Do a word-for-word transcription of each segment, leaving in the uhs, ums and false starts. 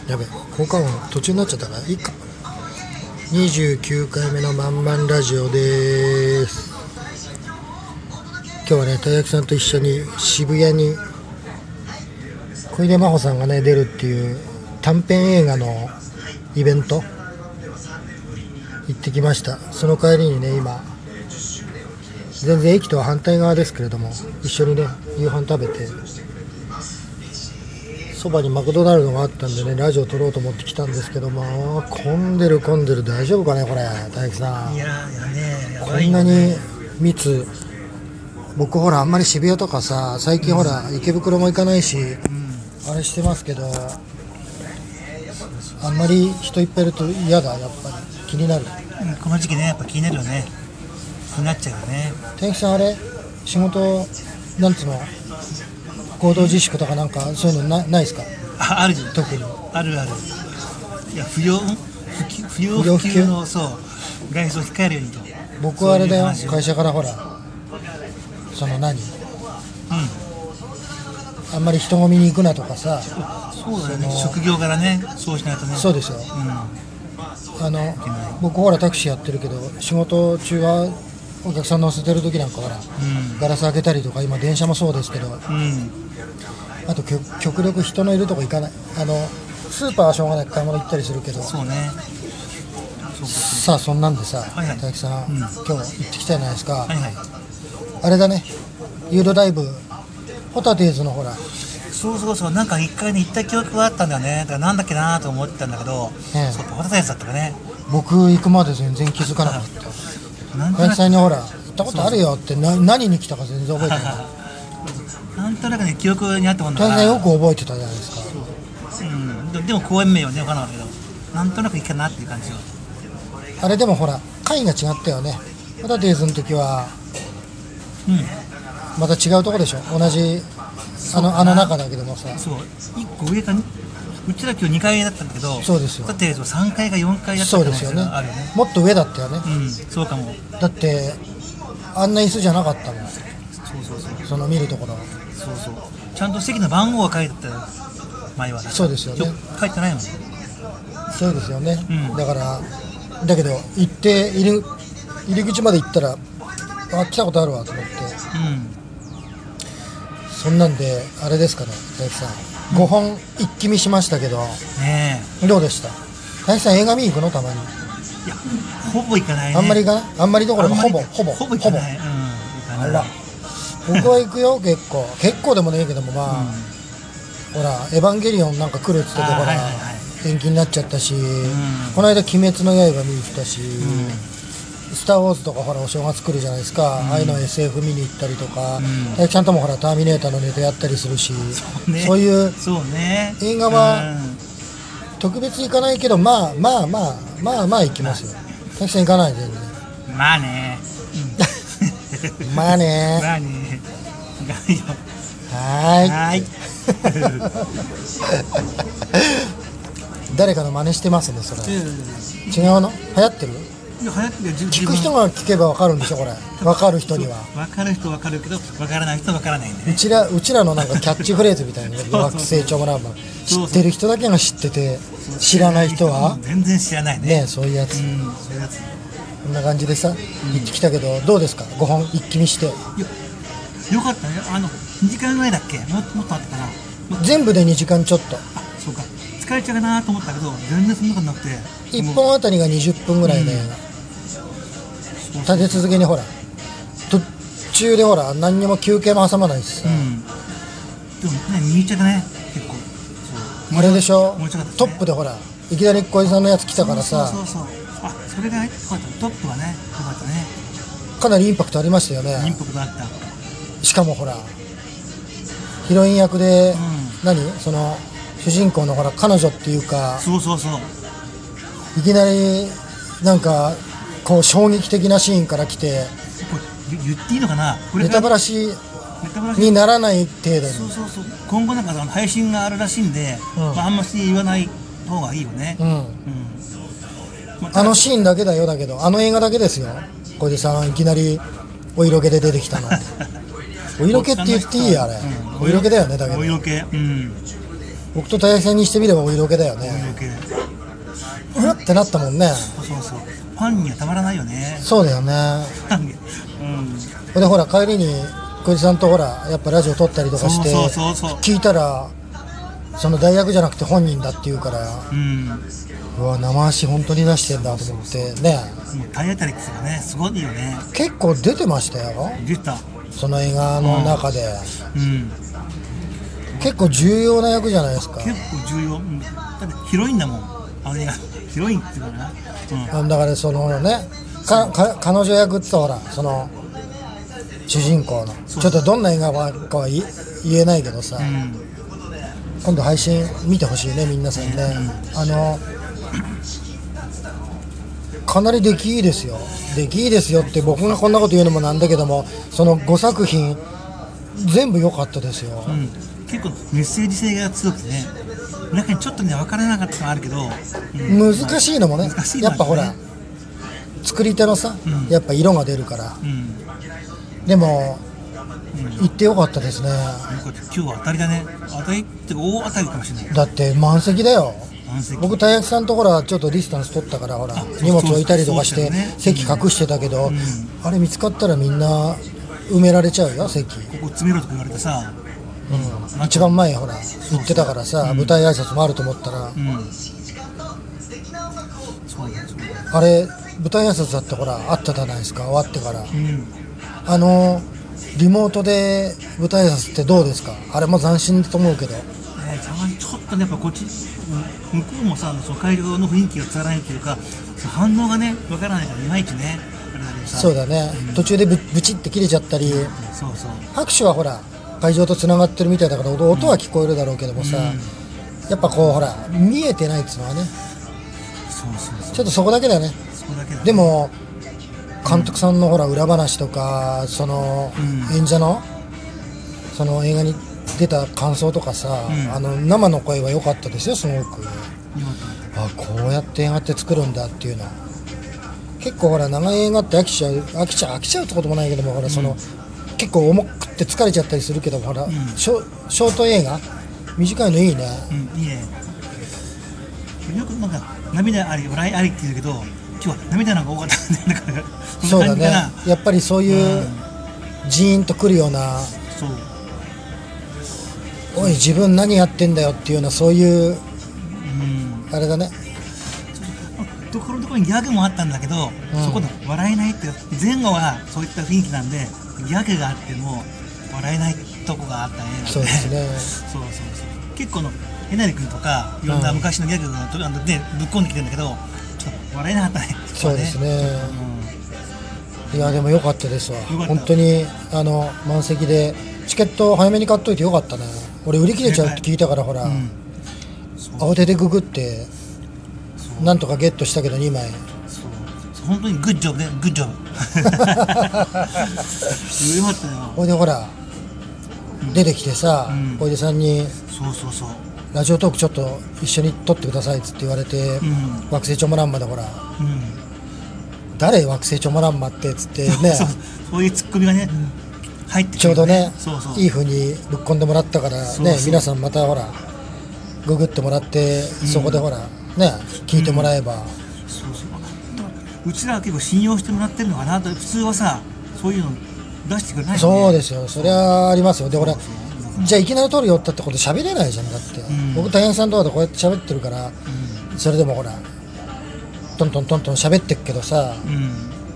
やべ、効果音途中になっちゃったからいいか。にじゅうきゅうかいめのまんまんラジオでーす。今日はね、たい焼きさんと一緒に渋谷に小出真帆さんがね出るっていう短編映画のイベント行ってきました。その帰りにね、今全然駅とは反対側ですけれども、一緒にね夕飯食べて、そばにマクドナルドがあったんでね、ラジオ撮ろうと思ってきたんですけども、混んでる混んでる。大丈夫かねこれ、たい焼きさん。 いやいやね、やこばいよんなにね。 密。僕ほらあんまり渋谷とかさ、最近ほら、うん、池袋も行かないし、うん、あれしてますけど、あんまり人いっぱいいると嫌だ。やっぱり気になる、 うん、この時期ね、やっぱ気になるよね。気になっちゃうよね。 たい焼きさん、あれ仕事なんつうの、行動自粛とかなんかそういうの な, ないですか？ あ, ある特にあるある。いや、不要不要不急のそう外出を控えるようにと。 僕はあれだよ、会社からほら、その何、うん、あんまり人混みに行くなとかさ。 そうだよね、職業柄ね、そうしないとね。 そうですよ、うん、あの僕ほらタクシーやってるけど、仕事中はお客さん乗せてる時なんかほら、うん、ガラス開けたりとか、今電車もそうですけど、うん、あと極力人のいるとこ行かない。あのスーパーはしょうがない、買い物行ったりするけど。 そうね。 そうさあ、そんなんでさ、たい焼きさん、うん、今日行ってきたじゃないですか、はいはい、あれだね、ユーロライブホタテーズのほら。 そうそうそう、なんか一回ね行った記憶があったんだよね。だからなんだっけなと思ってたんだけど、ええ、そうホタテーズだったかね。 僕行くまで全然気づかなかった。たい焼きさんにほら行ったことあるよってな、何に来たか全然覚えてないなんとなくね、記憶にあったもんだから。 たい焼きさんよく覚えてたじゃないですか。 うん、でも公演名はね分からなかったけど、なんとなく行くかなっていう感じよ。 あれでもほら回が違ったよね。ホタテーズの時は、うん、また違うとこでしょ。同じあのあの中だけどもさ。 そう、いっこ上かに、うちら今日にかいだったんだけど、 そうですよ。 ホタテーズはさんかいかよんかいだったんですよね。あるよね。 もっと上だったよね。 うん、そうかも。 だってあんな椅子じゃなかったもん。 そうそうそう。 その見るところ。 そうそう。ちゃんと席の番号が書いてあった前は。 そうですよね。 書いてないもん。 そうですよね、うん、だからだけど行って入り、入り口まで行ったら、あ、来たことあるわと思って、うん、そんなんであれですかね、たい焼きさん、うん、ごほん一気見しましたけど、ね、どうでした？たい焼きさん映画見に行くの？たまに。いや、ほぼ行かないね。 あんまり行かない？あんまりどころかほぼほぼほぼ行かない。 あら、僕は行くよ。結構結構でもねえけども、まあ、うん、ほらエヴァンゲリオンなんか来るっつってて、ほら、はいはいはい、延期になっちゃったし、うん、この間鬼滅の刃見に来たし、うん、スター・ウォーズとかほらお正月来るじゃないですか、うん、ああいうの エスエフ 見に行ったりとか、うん、ちゃんともほらターミネーターのネタやったりするし、そうね、そういう映画は特別行かないけど、まあまあまあまあまあ行きますよ。たくさん行かないで全然。 まあね、 うん、まあねまあねはーいはーい誰かの真似してますね、それ。違うの？流行ってる？ いや、流行ってる。 聞く人が聞けば分かるんでしょ、これ。分かる人には。 分かる人分かるけど、分からない人分からないんでね。 うちら、うちらのなんかキャッチフレーズみたいな、惑星チョモランマン。知ってる人だけが知ってて、知らない人は全然知らないね。 ね、そういうやつ。うん、 そういうやつ。 こんな感じでさ、行ってきたけど、どうですか？ごほん一気見して。よ、 よかったね。あのにじかんぐらいだっけ？も, もっとあったかな。 全部でにじかんちょっと。 あ、そうか。疲れちゃうかなと思ったけど、全然そんなことなくて、 いっぽんあたりがにじゅっぷんぐらいで、うん、立て続けにほら途中でほら何にも休憩も挟まないしさ、うん、 でもね、見入っちゃったね、結構。 そうあれでしょ、ね、トップでほらいきなり小井さんのやつ来たからさ、 そうそうそうそう、あ、それがよかった。トップはね、よかったね。 かなりインパクトありましたよね。 インパクトあった。 しかもほらヒロイン役で、うん、何その主人公のほら彼女っていうか、 そうそうそう、 いきなりなんかこう衝撃的なシーンから来て、 これ言っていいのかな、これネタバラシにならない程度に。 そうそうそう、今後なんか配信があるらしいんで、うん、まあ、あんまし言わない方がいいよね。うん、うん、 まあ、あのシーンだけだよ。だけどあの映画だけですよ、小出さんいきなりお色気で出てきたのお色気って言っていい？あれ、うん、お色気だよね。だけどお色気、うん、 僕と大さんにしてみればお色気だよね。 余計うわってなったもんね。 そうそうそう、ファンにはたまらないよね。 そうだよね。 ファンにうんでほら帰りに小路さんとほらやっぱラジオ撮ったりとかしてそうそうそうそう聞いたらその代役じゃなくて本人だって言うから、 うんうわ生足本当に出してんだと思ってね。 もう体当たりっていうかね、すごいよね。 結構出てましたよ、 出た。 その映画の中で。 うん結構重要な役じゃないですか。 結構重要、うん、だってヒロインだもん、あの映画ヒロインっていうのかな、うん、 あだからそのねかか彼女役ってほらその主人公のちょっとどんな映画かは言えないけどさ、 うん、 今度配信見てほしいね皆さんね、うん、あのかなり出来いいですよ。出来いいですよって僕がこんなこと言うのもなんだけども、そのごさく品全部良かったですよ、 うん、結構メッセージ性が強くてね、中にちょっとね分からなかったのもあるけど、 うん、難しいのもね、ね、やっぱほら作り手のさ、うん、やっぱ色が出るから、うん、でも、うん、言ってよかったですね。 今日は当たりだね。当たりって大当たりかもしれない。 だって満席だよ。 満席。 僕たい焼きさんとほらちょっとディスタンス取ったからほら荷物置いたりとかして、ね、席隠してたけど、うん、あれ見つかったらみんな埋められちゃうよ席。ここ詰めろとか言われてさ、 うん、一番前ほら行ってたからさ、うん、舞台挨拶もあると思ったら、うん、そうだそうだあれ舞台挨拶だってほらあったじゃないですか終わってから、うん、あのリモートで舞台挨拶ってどうですか。あれも斬新だと思うけど、 えー、ちょっとねやっぱこっち向こうもさその会場の雰囲気が伝わらないというか反応がねわからないからいまいちねあれだけどさ。 そうだね、うん、途中で ブ, ブチって切れちゃったり、うん、 そうそう拍手はほら会場とつながってるみたいだから音は聞こえるだろうけどもさ、うん、やっぱこうほら見えてないっつうのはね、 そうそうそうちょっとそこだけだよね。 そこだけだね。 でも監督さんのほら裏話とかその演者のその映画に出た感想とかさ、うん、あの生の声は良かったですよすごく、うん、あこうやって映画って作るんだっていうのは結構ほら長い映画って飽きちゃう飽きちゃう飽きちゃうってこともないけどもほらその、うん、結構重くって疲れちゃったりするけどほら、うん、ショ、ショート映画短いのいいね、 うん、いいね。よくなんか涙あり笑いありって言うけど今日は涙なんか多かったんだからそうだねやっぱりそういう、うん、ジーンとくるようなそうおい自分何やってんだよっていうようなそういう、うん、あれだね。 ところどころにギャグもあったんだけど、うん、そこで笑えないって前後はそういった雰囲気なんでギャグがあっても笑えないとこがあったね。 そうですねそうそうそう結構のえなり君とかいろんな昔のギャグが、うん、でぶっ込んできてるんだけどちょっと笑えなかったね。 そうですね、うん、いやでも良かったですわ本当にあの満席でチケット早めに買っといてよかったね。俺売り切れちゃうって聞いたからほら、うん、慌ててググってなんとかゲットしたけどにまいそう本当にグッジョブねグッジョブよかったよ。 ほいでほら、うん、出てきてさ小出、うん、さんにそうそうそうラジオトークちょっと一緒に撮ってくださいっつって言われて、うん、惑星チョモランマでほら、うん、誰惑星チョモランマってっつってねそうそうそういうツッコミがね、うん入ってね、 ちょうどねそうそういい風にぶっ込んでもらったからねそうそう皆さんまたほらググってもらって、うん、そこでほらね聞いてもらえば、うん、 そうそううちらは結構信用してもらってるのかなと普通はさそういうの出してくれないよね。 そうですよそりゃありますよ。でほらじゃあいきなり撮るよったってこと喋れないじゃんだって、うん、僕大変さんとかでこうやって喋ってるから、うん、それでもほらトントントントン喋ってっけどさ、うん、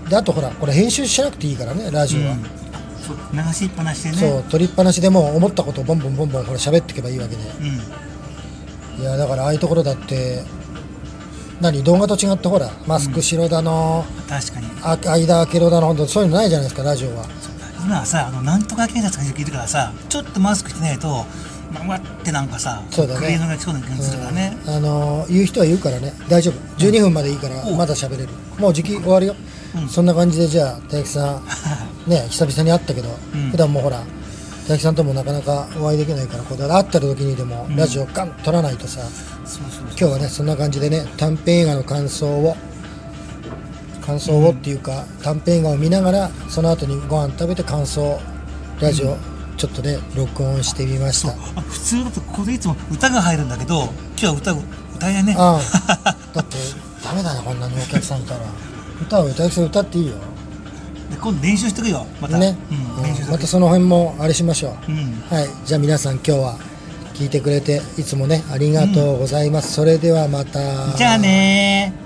であとほらこれ編集しなくていいからねラジオは、うんそう流しっぱなしでねそう取りっぱなしでもう思ったことをボンボンボンボンこれ喋っていけばいいわけで、うん、いやだからああいうところだって何動画と違ってほらマスク白だの、 うん、確かにあ間開けろだの本当そういうのないじゃないですかラジオは。 今はさあのなんとか警察がいるからさちょっとマスクしてないとまわってなんかさそうだねクレームが来そうな気がするからね、 うん、あの言う人は言うからね大丈夫じゅうにふんまでいいからまだ喋れるもう時期終わるよ、うん、そんな感じでじゃあ大木さんね久々に会ったけど、うん、普段もほら大木さんともなかなかお会いできないからこう会った時にでもラジオガン撮らないとさ、うん、そうそうそう今日はねそんな感じでね短編映画の感想を感想をっていうか、うん、短編映画を見ながらその後にご飯食べて感想ラジオちょっとね録音してみました。 あ普通だとここでいつも歌が入るんだけど、今日は歌う歌えないね。 ああだってダメだね、こんなにお客さんいたら。歌は歌いさん歌っていいよで今度練習してくよまたね、 うんうん練習してくまたその辺もあれしましょう、 うんはい。じゃあ皆さん今日は聞いてくれていつもねありがとうございます、うん、それではまた。 じゃあねー。